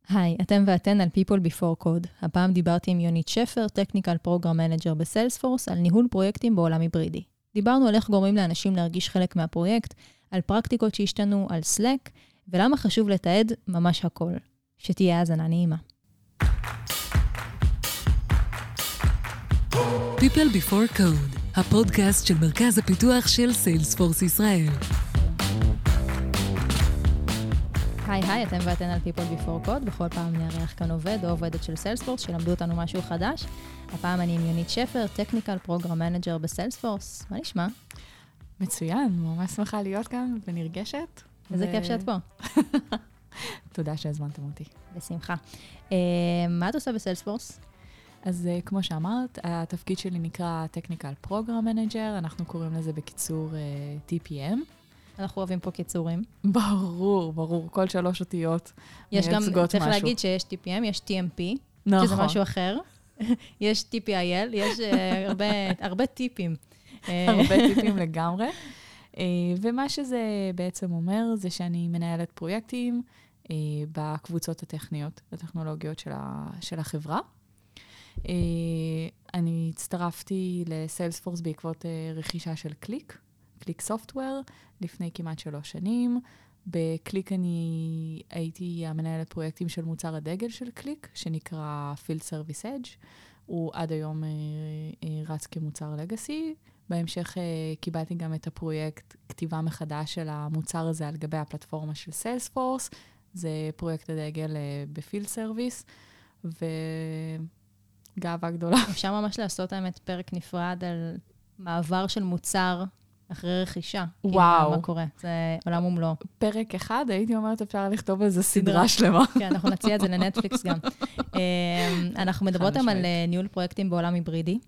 היי, אתם ואתן על People Before Code. הפעם דיברתי עם יונית שפר, Technical Program Manager בסיילספורס, על ניהול פרויקטים בעולם היברידי. דיברנו על איך גורמים לאנשים להרגיש חלק מהפרויקט, על פרקטיקות שהשתנו, על Slack, ולמה חשוב לתעד ממש הכל. שתהיה האזנה נעימה. People Before Code, הפודקאסט של מרכז הפיתוח של סיילספורס ישראל. היי, אתם ואתן על People Before Code. בכל פעם נארח כאן עובד או עובדת של סיילספורס שלמדו אותנו משהו חדש. הפעם אני עם יונית שפר, Technical Program Manager בסיילספורס. מה נשמע? מצוין, ממש שמחה להיות כאן ונרגשת. איזה כיף שאת פה. תודה שהזמנתם אותי. בשמחה. מה את עושה בסיילספורס? אז כמו שאמרת, התפקיד שלי נקרא Technical Program Manager, אנחנו קוראים לזה בקיצור TPM. אנחנו אוהבים פה קיצורים. ברור, כל 3 אותיות יש גם, מייצגות צריך משהו. להגיד שיש TPM, יש TMP, נכון. שזה משהו אחר. יש TPIL, יש הרבה טיפים. הרבה טיפים לגמרי. ומה שזה בעצם אומר, זה שאני מנהלת פרויקטים בקבוצות הטכניות, הטכנולוגיות של החברה. אני הצטרפתי לסיילספורס בעקבות רכישה של קליק סופטוור, לפני כמעט 3 שנים. בקליק אני הייתי המנהלת פרויקטים של מוצר הדגל של קליק, שנקרא Field Service Edge. הוא עד היום רץ כמוצר לגאסי. בהמשך קיבלתי גם את הפרויקט כתיבה מחדש של המוצר הזה על גבי הפלטפורמה של סיילספורס. זה פרויקט הדגל בפילד סרוויס, וגאווה גדולה. אפשר ממש לעשות האמת פרק נפרד על מעבר של מוצר אחרי רכישה. וואו. מה קורה? זה עולם ומלואו. פרק אחד, הייתי אומרת, אפשר לכתוב איזה סדרה שלמה. כן, אנחנו נציע את זה לנטפליקס גם. אנחנו מדברות גם על ניהול פרויקטים בעולם היברידי,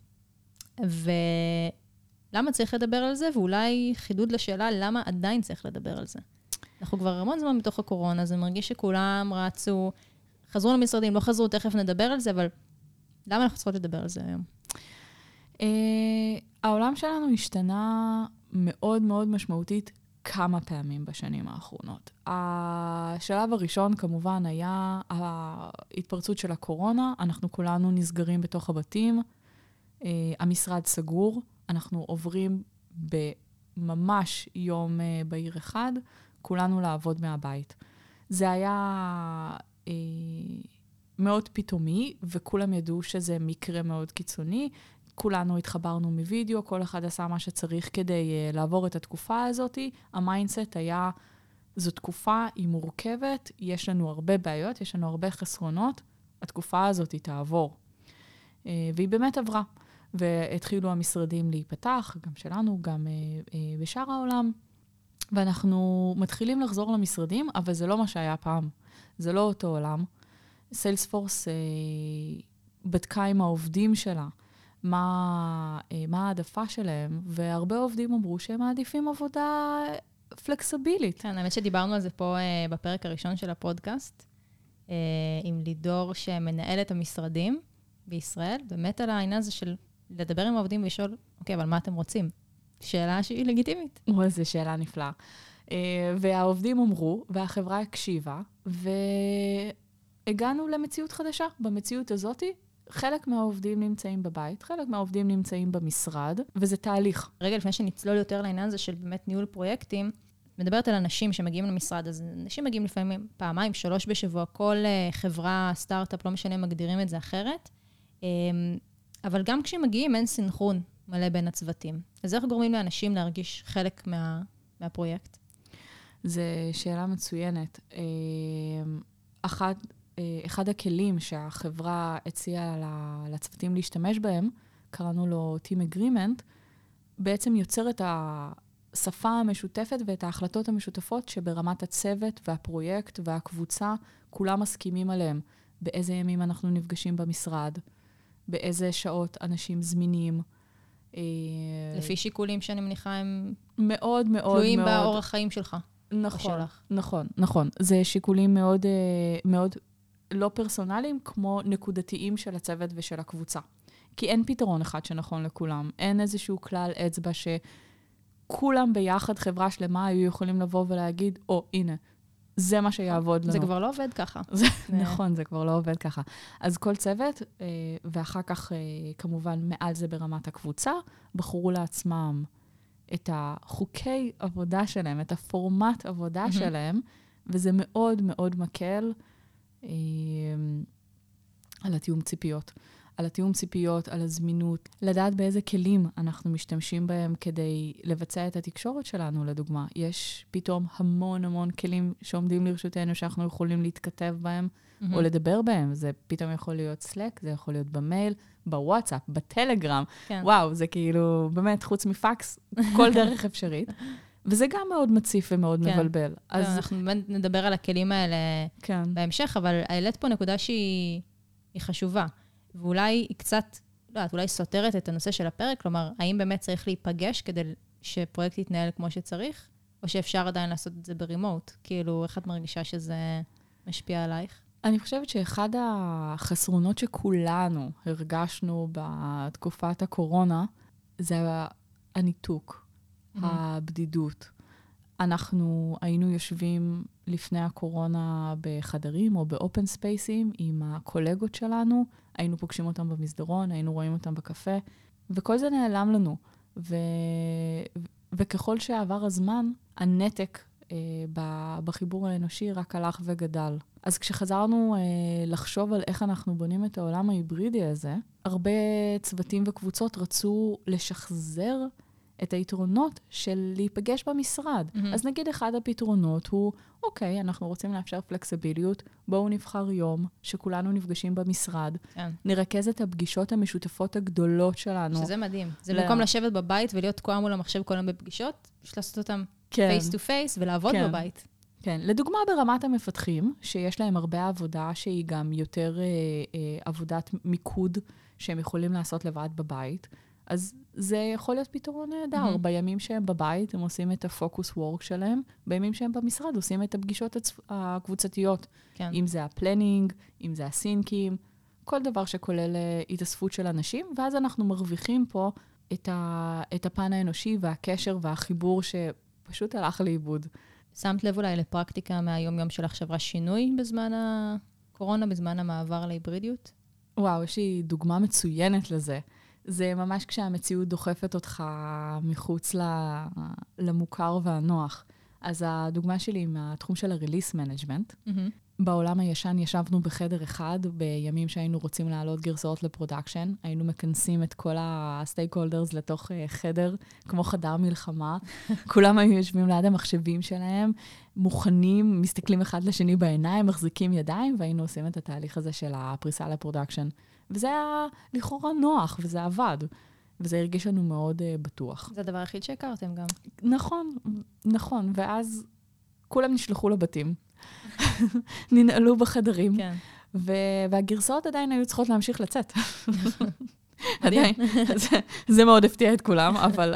ולמה צריך לדבר על זה, ואולי חידוד לשאלה, למה עדיין צריך לדבר על זה. אנחנו כבר המון זמן בתוך הקורונה, זה מרגיש שכולם רצו, חזרו למשרדים, לא חזרו, תכף נדבר על זה, אבל למה אנחנו צריכות לדבר על זה היום? העולם שלנו השתנה מאוד מאוד משמעותית כמה פעמים בשנים האחרונות. השלב הראשון כמובן היה ההתפרצות של הקורונה, אנחנו כולנו נסגרים בתוך הבתים, המשרד סגור, אנחנו עוברים בממש יום בהיר אחד, כולנו לעבוד מהבית. זה היה מאוד פתאומי, וכולם ידעו שזה מקרה מאוד קיצוני. כולנו התחברנו מווידאו, כל אחד עשה מה שצריך כדי לעבור את התקופה הזאת. המיינדסט היה, זו תקופה, היא מורכבת, יש לנו הרבה בעיות, יש לנו הרבה חסרונות, התקופה הזאת היא תעבור. והיא באמת עברה. והתחילו המשרדים להיפתח, גם שלנו, גם בשאר העולם. ואנחנו מתחילים לחזור למשרדים, אבל זה לא מה שהיה פעם. זה לא אותו עולם. סיילספורס בדקה עם העובדים שלה, מה העדפה שלהם, והרבה עובדים אמרו שהם מעדיפים עבודה פלקסיבילית. כן, האמת שדיברנו על זה פה בפרק הראשון של הפודקאסט, עם לידור שמנהל את המשרדים בישראל, באמת על העניין הזה של לדבר עם העובדים ולשאול, אוקיי, אבל מה אתם רוצים? שאלה שהיא לגיטימית. זו שאלה נפלאה. והעובדים אמרו, והחברה הקשיבה, והגענו למציאות חדשה. במציאות הזאת, חלק מהעובדים נמצאים בבית, חלק מהעובדים נמצאים במשרד, וזה תהליך. רגע, לפני שנצלול יותר לעניין הזה של באמת ניהול פרויקטים, מדברת על אנשים שמגיעים למשרד, אז אנשים מגיעים לפעמים 2-3 בשבוע, כל חברה, סטארט-אפ, לא משנה, מגדירים את זה אחרת. אבל גם כשמגיעים אין סינכרון מלא בין הצוותים. אז איך גורמים לאנשים להרגיש חלק מהפרויקט? זו שאלה מצוינת. אחד הכלים שהחברה הציעה לצוותים להשתמש בהם, קראנו לו Team Agreement, בעצם יוצר את השפה המשותפת ואת ההחלטות המשותפות שברמת הצוות והפרויקט והקבוצה, כולם מסכימים עליהם. באיזה ימים אנחנו נפגשים במשרד, באיזה שעות אנשים זמינים. לפי שיקולים שאני מניחה הם מאוד מאוד תלויים באורח החיים שלך. נכון. זה שיקולים מאוד, מאוד לא פרסונליים, כמו נקודתיים של הצוות ושל הקבוצה. כי אין פתרון אחד שנכון לכולם. אין איזשהו כלל אצבע שכולם ביחד, חברה שלמה, היו יכולים לבוא ולהגיד, הנה, זה מה שיעבוד לנו. זה כבר לא עובד ככה. נכון, זה כבר לא עובד ככה. אז כל צוות, ואחר כך, כמובן, מעל זה ברמת הקבוצה, בחרו לעצמם את החוקי עבודה שלהם, את הפורמט עבודה שלהם, וזה מאוד מאוד מקל על התיאום ציפיות. על התיאום ציפיות, על הזמינות, לדעת באיזה כלים אנחנו משתמשים בהם כדי לבצע את התקשורת שלנו, לדוגמה. יש פתאום המון המון כלים שעומדים לרשותנו שאנחנו יכולים להתכתב בהם או לדבר בהם. זה פתאום יכול להיות סלק, זה יכול להיות במייל, בוואטסאפ, בטלגרם. כן. וואו, זה כאילו, באמת, חוץ מפקס, כל דרך אפשרית. וזה גם מאוד מציף ומאוד מבלבל. אז אנחנו באמת נדבר על הכלים האלה בהמשך, אבל העלית פה נקודה שהיא חשובה. ואולי היא קצת, לא יודעת, אולי סותרת את הנושא של הפרק, כלומר, האם באמת צריך להיפגש כדי שפרויקט יתנהל כמו שצריך, או שאפשר עדיין לעשות את זה ברימוט? כאילו, איך את מרגישה שזה משפיע עלייך? אני חושבת שאחד החסרונות שכולנו הרגשנו בתקופת הקורונה, זה הניתוק, הבדידות. אנחנו היינו יושבים לפני הקורונה בחדרים או באופן ספייסים עם הקולגות שלנו, היינו פוגשים אותם במסדרון, היינו רואים אותם בקפה, וכל זה נעלם לנו. וככל שעבר הזמן, הנתק בחיבור האנושי רק הלך וגדל. אז כשחזרנו לחשוב על איך אנחנו בונים את העולם ההיברידי הזה, הרבה צוותים וקבוצות רצו לשחזר את היתרונות של להיפגש במשרד. אז נגיד אחד הפתרונות הוא, אוקיי, אנחנו רוצים לאפשר פלקסיביליות, בואו נבחר יום שכולנו נפגשים במשרד, נרכז את הפגישות המשותפות הגדולות שלנו. שזה מדהים. זה במקום לשבת בבית ולהיות תקועה מול המחשב כל היום בפגישות, יש לעשות אותם פייס טו פייס ולעבוד בבית. כן, לדוגמה ברמת המפתחים, שיש להם הרבה עבודה שהיא גם יותר עבודת מיקוד שהם יכולים לעשות לבד בבית, אז זה יכול להיות פתרון נהדר. בימים שהם בבית, הם עושים את הפוקוס וורק שלהם, בימים שהם במשרד, עושים את הפגישות הקבוצתיות. כן. אם זה הפלנינג, אם זה הסינקים, כל דבר שכולל התאספות של אנשים, ואז אנחנו מרוויחים פה את הפן האנושי והקשר והחיבור שפשוט הלך לאיבוד. שמת לב אולי לפרקטיקה מהיום-יום שלך שעברה שינוי בזמן הקורונה, בזמן המעבר להיברידיות? וואו, יש לי דוגמה מצוינת לזה. זה ממש כשהמציאות דוחפת אותך מחוץ למוכר והנוח. אז הדוגמה שלי מהתחום של ה-release management. בעולם הישן ישבנו בחדר אחד, בימים שהיינו רוצים להעלות גרסאות לפרודקשן. היינו מכנסים את כל ה-stakeholders לתוך חדר, כמו חדר מלחמה. כולם היו יושבים ליד המחשבים שלהם, מוכנים, מסתכלים אחד לשני בעיניים, מחזיקים ידיים, והיינו עושים את התהליך הזה של הפריסה לפרודקשן. וזה היה לכאורה נוח, וזה עבד. וזה הרגיש לנו מאוד בטוח. זה הדבר היחיד שהכרתם גם. נכון, נכון. ואז כולם נשלחו לבתים. ננעלו בחדרים. כן. והגרסאות עדיין היו צריכות להמשיך לצאת. עדיין. זה מאוד הפתיע את כולם, אבל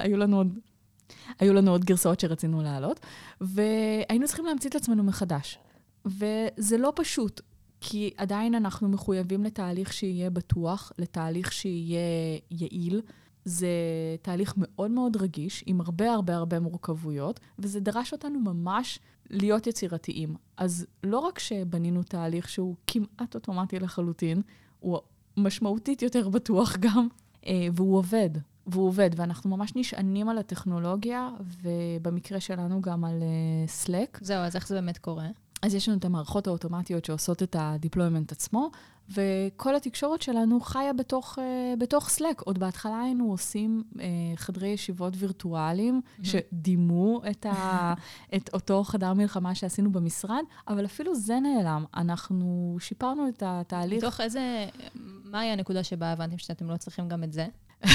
היו לנו עוד גרסאות שרצינו להעלות, והיינו צריכים להמציא את עצמנו מחדש. וזה לא פשוט. כי עדיין אנחנו מחויבים לתהליך שיהיה בטוח, לתהליך שיהיה יעיל. זה תהליך מאוד מאוד רגיש, עם הרבה הרבה הרבה מורכבויות, וזה דרש אותנו ממש להיות יצירתיים. אז לא רק שבנינו תהליך שהוא כמעט אוטומטי לחלוטין, הוא משמעותית יותר בטוח גם, והוא עובד, ואנחנו ממש נשענים על הטכנולוגיה, ובמקרה שלנו גם על Slack. זהו, אז איך זה באמת קורה? אז יש לנו את המערכות האוטומטיות שעושות את ה-deployment עצמו, וכל התקשורת שלנו חיה בתוך Slack. עוד בהתחלה היינו עושים חדרי ישיבות וירטואליים, שדימו את אותו חדר מלחמה שעשינו במשרד, אבל אפילו זה נעלם. אנחנו שיפרנו את התהליך. מתוך מה היה הנקודה שבה הבנתם שאתם לא צריכים גם את זה?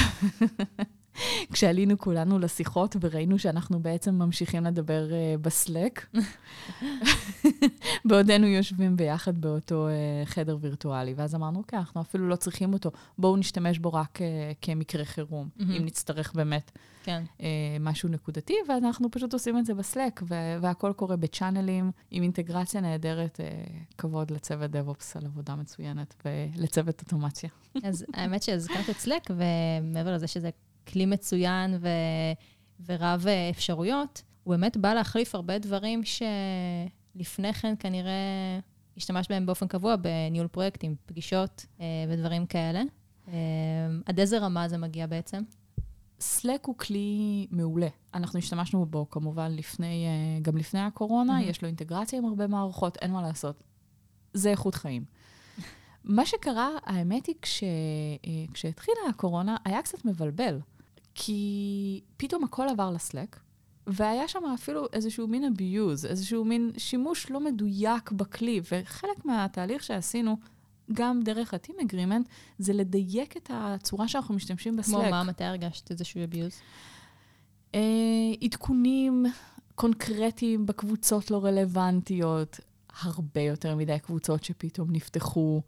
כשעלינו כולנו לשיחות וראינו שאנחנו בעצם ממשיכים לדבר בסלק, בעודנו יושבים ביחד באותו חדר וירטואלי, ואז אמרנו, אוקיי, אנחנו אפילו לא צריכים אותו, בואו נשתמש בו רק כמקרה חירום, אם נצטרך באמת משהו נקודתי, ואנחנו פשוט עושים את זה בסלק, והכל קורה בצ'אנלים, עם אינטגרציה נהדרת, כבוד לצוות DevOps על עבודה מצוינת, ולצוות אוטומציה. אז האמת שהזכרת את סלק, ומעבר לזה שזה כלי מצוין ורב אפשרויות, הוא באמת בא להחליף הרבה דברים לפני כן כנראה השתמש בהם באופן קבוע בניהול פרויקטים, פגישות ודברים כאלה. עד איזה רמה זה מגיע בעצם? Slack הוא כלי מעולה. אנחנו השתמשנו בו כמובן גם לפני הקורונה, יש לו אינטגרציה עם הרבה מערכות, אין מה לעשות. זה איכות חיים. מה שקרה, האמת היא, כשהתחילה הקורונה, היה קצת מבלבל. כי פתאום הכל עבר לסלק, והיה שם אפילו איזשהו מין אביוז, איזשהו מין שימוש לא מדויק בכלי, וחלק מהתהליך שעשינו, גם דרך ה-Team Agreement, זה לדייק את הצורה שאנחנו משתמשים בסלק. כמו מה, מתי הרגשת איזשהו אביוז? עדכונים קונקרטיים בקבוצות לא רלוונטיות, הרבה יותר מדי קבוצות שפתאום נפתחו,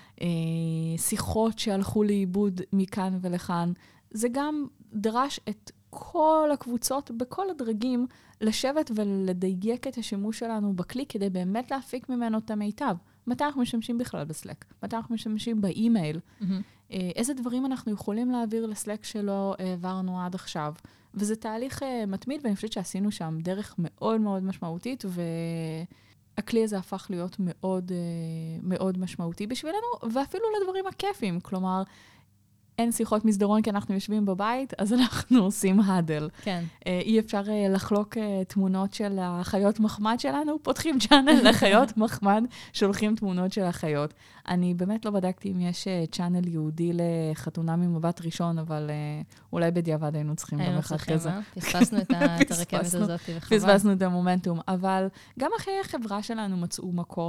שיחות שהלכו לאיבוד מכאן ולכאן. זה גם דרש את כל הקבוצות, בכל הדרגים, לשבת ולדייק את השימוש שלנו בכלי, כדי באמת להפיק ממנו את המיטב. מתי אנחנו משתמשים בכלל בסלק? מתי אנחנו משתמשים באימייל? איזה דברים אנחנו יכולים להעביר לסלק שלא העברנו עד עכשיו? וזה תהליך מתמיד, ואני חושבת שעשינו שם דרך מאוד מאוד משמעותית, והכלי הזה הפך להיות מאוד, מאוד משמעותי בשבילנו, ואפילו לדברים הכיפים. כלומר, אין שיחות מסדרון כי אנחנו יושבים בבית, אז אנחנו עושים הדל. כן. אי אפשר לחלוק תמונות של החיות מחמד שלנו, פותחים צ'אנל לחיות מחמד, שולחים תמונות של החיות. אני באמת לא בדקתי אם יש צ'אנל יהודי לחתונה ממבט ראשון, אבל אולי בדיעבד היינו צריכים גם אחד כזה. פספסנו את הרכבת הזאת וחבל. פספסנו את המומנטום, אבל גם אחרי החברה שלנו מצאו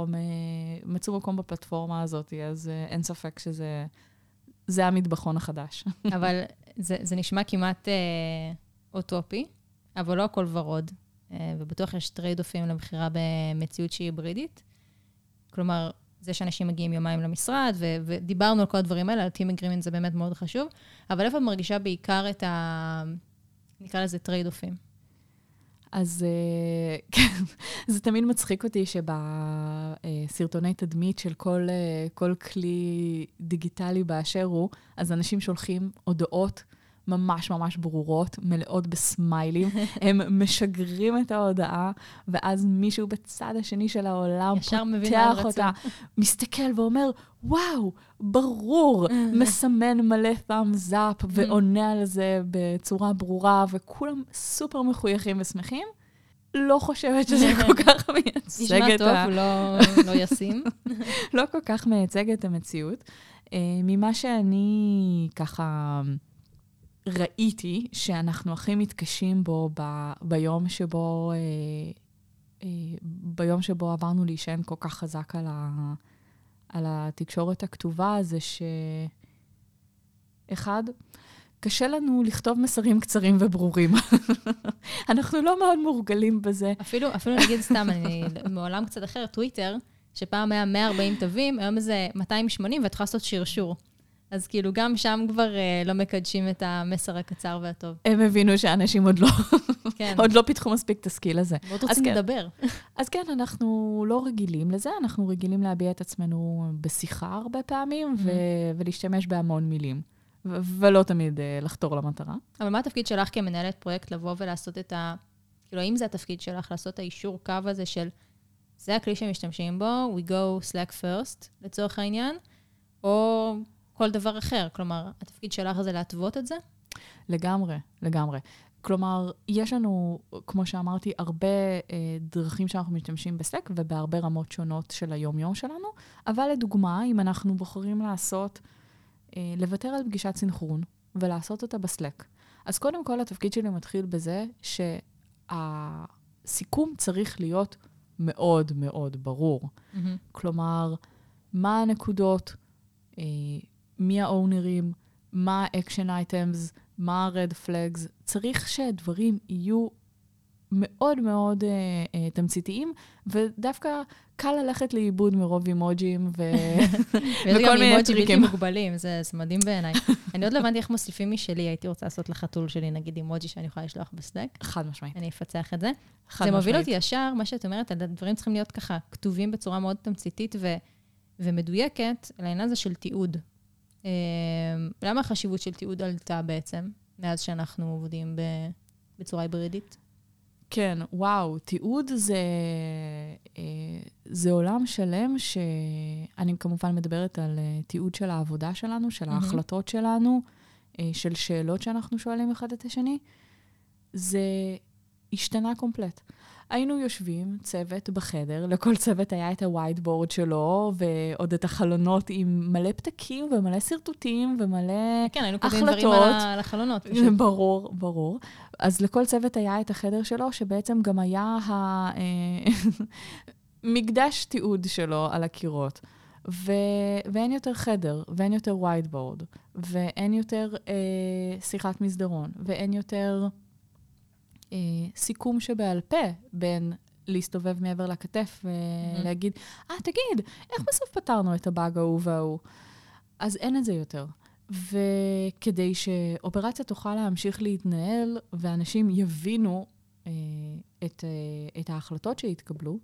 מקום בפלטפורמה הזאת, אז אין ספק שזה... זה המטבחון החדש. אבל זה נשמע כמעט אוטופי, אבל לא הכל ורוד. ובטוח יש טרייד-אופים לבחירה במציאות שהיא היברידית. כלומר, זה שאנשים מגיעים יומיים למשרד, ודיברנו על כל הדברים האלה, על Team Agreement זה באמת מאוד חשוב, אבל איפה את מרגישה בעיקר את נקרא לזה טרייד-אופים? אז זה תמיד מצחיק אותי שבסרטוני תדמית של כל כלי דיגיטלי באשר הוא, אז אנשים שולחים הודעות ממש ממש ברורות, מלאות בסמיילים, הם משגרים את ההודעה, ואז מישהו בצד השני של העולם פותח אותה, מסתכל ואומר, וואו, ברור, מסמן מלא thumbs up, ועונה על זה בצורה ברורה, וכולם סופר מחויכים ושמחים. לא חושבת שזה כל כך מייצג את נשמע טוב, לא ישים. לא כל כך מייצג את המציאות. ממה שאני ככה... ראיתי שאנחנו הכי מתקשים בו ביום שבו עברנו להישען כל כך חזק על התקשורת הכתובה, זה שאחד, קשה לנו לכתוב מסרים קצרים וברורים. אנחנו לא מאוד מורגלים בזה. אפילו נגיד סתם, אני מעולם קצת אחר, טוויטר, שפעם היה 140 תווים, היום זה 280 ואת יכולה לעשות שרשור. אז כאילו גם שם כבר לא מקדשים את המסר הקצר והטוב. הם הבינו שאנשים עוד לא פיתחו מספיק את הסקיל הזה. מאוד רוצים לדבר. אז כן, אנחנו לא רגילים לזה, אנחנו רגילים להביע את עצמנו בשיחה הרבה פעמים, ולהשתמש בהמון מילים, ולא תמיד לחתור למטרה. אבל מה התפקיד שלך כמנהלת פרויקט לבוא ולעשות כאילו, האם זה התפקיד שלך לעשות את האישור קו הזה של, זה הכלי שמשתמשים בו, we go Slack first, לצורך העניין, או... כל דבר אחר. כלומר, התפקיד שלך זה להתוות את זה? לגמרי, לגמרי. כלומר, יש לנו, כמו שאמרתי, הרבה דרכים שאנחנו משתמשים בסלק, ובהרבה רמות שונות של היום-יום שלנו, אבל לדוגמה, אם אנחנו בוחרים לוותר על פגישת סינכרון, ולעשות אותה בסלק, אז קודם כל התפקיד שלי מתחיל בזה, שהסיכום צריך להיות מאוד מאוד ברור. כלומר, מה הנקודות, מי האונרים, מה האקשן אייטמס, מה הרד פלגס. צריך שהדברים יהיו מאוד מאוד תמציתיים, ודווקא קל ללכת לאיבוד מרוב אימוג'ים וכל מיני טריקים. מוגבלים, זה מדהים בעיניי. אני עוד לא הבנתי איך מוסיפים משלי, הייתי רוצה לעשות לחתול שלי, נגיד אימוג'י שאני יכולה לשלוח בסלק. חד משמעית. אני אפצח את זה. זה מוביל אותי ישר, מה שאת אומרת, הדברים צריכים להיות ככה כתובים בצורה מאוד תמציתית ומדויקת, לעניין הזה של תיעוד. למה החשיבות של תיעוד עלתה בעצם, מאז שאנחנו עובדים בצורה היברידית? כן, וואו, תיעוד זה עולם שלם שאני כמובן מדברת על תיעוד של העבודה שלנו, של ההחלטות שלנו, של שאלות שאנחנו שואלים אחד את השני. זה השתנה קומפלט. היינו יושבים, צוות בחדר, לכל צוות היה את הווייט בורד שלו, ועוד את החלונות עם מלא פתקים ומלא סרטוטים ומלא החלטות. כן, היינו כותבים דברים על החלונות. ברור, ברור. אז לכל צוות היה את החדר שלו, שבעצם גם היה מקדש תיעוד שלו על הקירות. ואין יותר חדר, ואין יותר ווייט בורד, ואין יותר שיחת מסדרון, ואין יותר סיכום שבעל פה בין להסתובב מעבר לכתף ולהגיד, תגיד, איך בסוף פתרנו את הבאג ההוא וההוא? אז אין את זה יותר. וכדי שאופרציה תוכל להמשיך להתנהל, ואנשים יבינו את ההחלטות שהתקבלו,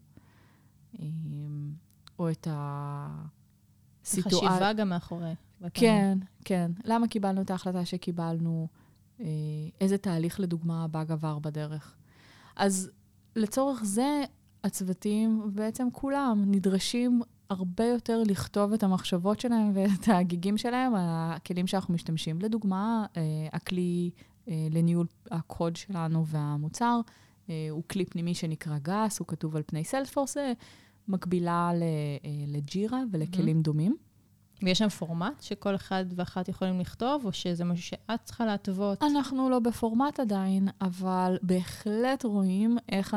או את הסיטואציה. חשיבה גם מאחורי. כן, כן. למה קיבלנו את ההחלטה שקיבלנו? איזה תהליך לדוגמה הבאג עבר בדרך. אז לצורך זה, הצוותים, בעצם כולם, נדרשים הרבה יותר לכתוב את המחשבות שלהם ואת הגיגים שלהם, הכלים שאנחנו משתמשים. לדוגמה, הכלי לניהול הקוד שלנו והמוצר, הוא כלי פנימי שנקרא גס, הוא כתוב על פני סיילספורס, מקבילה לג'ירה ולכלים דומים. ויש שם פורמט שכל אחד ואחת יכולים לכתוב, או שזה משהו שאת צריכה להתוות? אנחנו לא בפורמט עדיין, אבל בהחלט רואים איך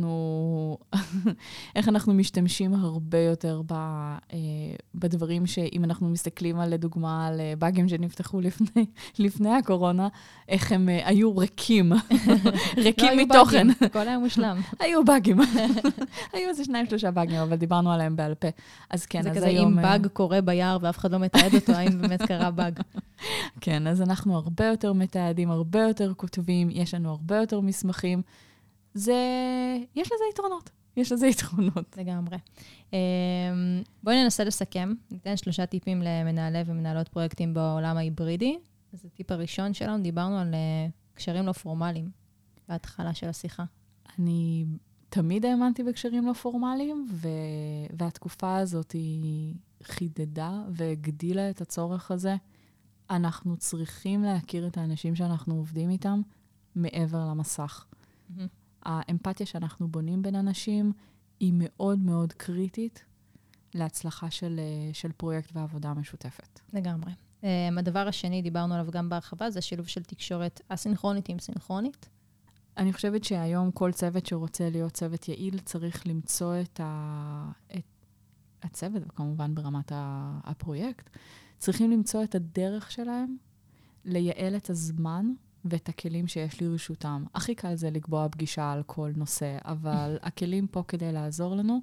אנחנו משתמשים הרבה יותר בדברים שאם אנחנו מסתכלים על, לדוגמה, על באגים שנפתחו לפני הקורונה, איך הם היו ריקים, ריקים מתוכן. הכל היה מושלם. היו באגים. היו איזה 2-3 באגים, אבל דיברנו עליהם בעל פה. אז כן, זה כזה אם באג קורה ביער ואף אחד לא מתעד אותו, האם באמת קרה באג. כן, אז אנחנו הרבה יותר מתעדים, הרבה יותר כותבים, יש לנו הרבה יותר מסמכים. יש לזה יתרונות. יש לזה יתרונות. לגמרי. בואי ננסה לסכם. ניתן 3 טיפים למנהלי ומנהלות פרויקטים בעולם ההיברידי. אז הטיפ הראשון שלנו, דיברנו על קשרים לא פורמליים בהתחלה של השיחה. אני תמיד האמנתי בקשרים לא פורמליים, והתקופה הזאת היא חידדה והגדילה את הצורך הזה. אנחנו צריכים להכיר את האנשים שאנחנו עובדים איתם מעבר למסך. האמפתיה שאנחנו בונים בין אנשים היא מאוד מאוד קריטית להצלחה של פרויקט ועבודה משותפת. לגמרי. הדבר השני, דיברנו עליו גם בהרחבה, זה שילוב של תקשורת אסינכרונית עם סינכרונית. אני חושבת שהיום כל צוות שרוצה להיות צוות יעיל צריך למצוא את הצוות, וכמובן ברמת הפרויקט, צריכים למצוא את הדרך שלהם, לייעל את הזמן ואת הכלים שיש לרשותם. הכי קל זה לקבוע פגישה על כל נושא, אבל הכלים פה כדי לעזור לנו,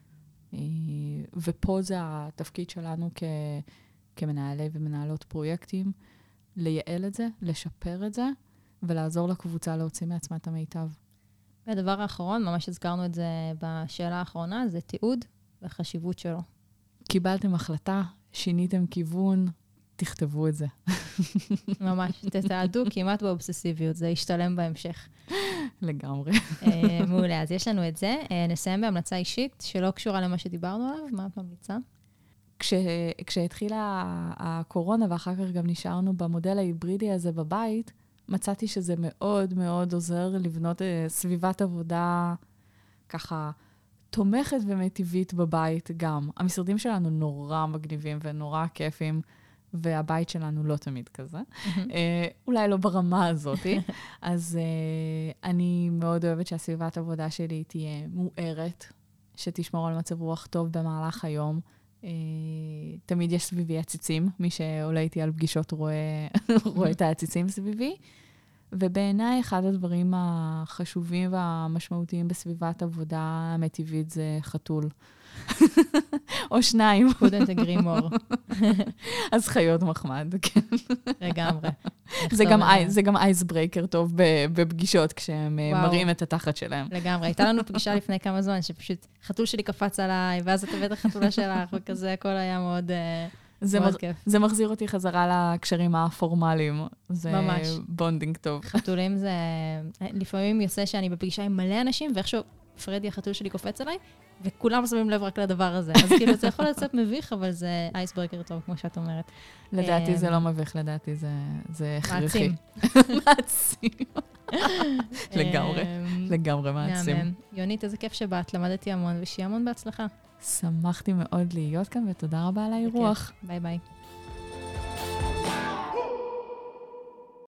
ופה זה התפקיד שלנו כמנהלי ומנהלות פרויקטים, לייעל את זה, לשפר את זה, ולעזור לקבוצה להוציא מעצמה את המיטב. והדבר האחרון, ממש הזכרנו את זה בשאלה האחרונה, זה תיעוד והחשיבות שלו. קיבלתם החלטה, שיניתם כיוון, תכתבו את זה. ממש, תתעדו כמעט באובססיביות, זה ישתלם בהמשך. לגמרי. מעולה, אז יש לנו את זה. נסיים בהמלצה אישית שלא קשורה למה שדיברנו עליו. מה את ממליצה? כשהתחילה הקורונה ואחר כך גם נשארנו במודל ההיברידי הזה בבית, מצאתי שזה מאוד מאוד עוזר לבנות סביבת עבודה ככה תומכת ומטיבית בבית גם. המשרדים שלנו נורא מגניבים ונורא כיפים, והבית שלנו לא תמיד כזה. אולי לא ברמה הזאת. אז אני מאוד אוהבת שהסביבת העבודה שלי תהיה מוארת, שתשמור על מצב רוח טוב במהלך היום. תמיד יש סביבי עציצים, מי שעולה איתי על פגישות רואה את העציצים סביבי. ובעיניי אחד הדברים החשובים והמשמעותיים בסביבת עבודה המטיבית זה חתול. או 2. couldn't agree more. אז חיות מחמד, כן. לגמרי. זה גם אייס ברייקר טוב בפגישות, כשהם מראים את התחת שלהם. לגמרי. הייתה לנו פגישה לפני כמה זמן, שפשוט חתול שלי קפץ עליי, ואז אתה בטח חתולה שלך, וכזה, הכל היה מאוד מאוד כיף. זה מחזיר אותי חזרה לקשרים הפורמליים. זה ממש. בונדינג טוב. חתולים זה... לפעמים יוצא שאני בפגישה עם מלא אנשים, ואיכשהו פרדי, החתול שלי, קופץ עליי, וכולם שמים לב רק לדבר הזה. אז כאילו, זה יכול לצאת מביך, אבל זה אייסברקר טוב, כמו שאת אומרת. לדעתי זה לא מביך, לדעתי זה הכרחי. מעצים. מעצים. לגמרי מעצים. מהמם. יונית, איזה כיף שבאת, למדתי המון, ושיהיה המון בהצלחה. שמחתי מאוד להיות כאן, ותודה רבה על האירוח. ביי ביי.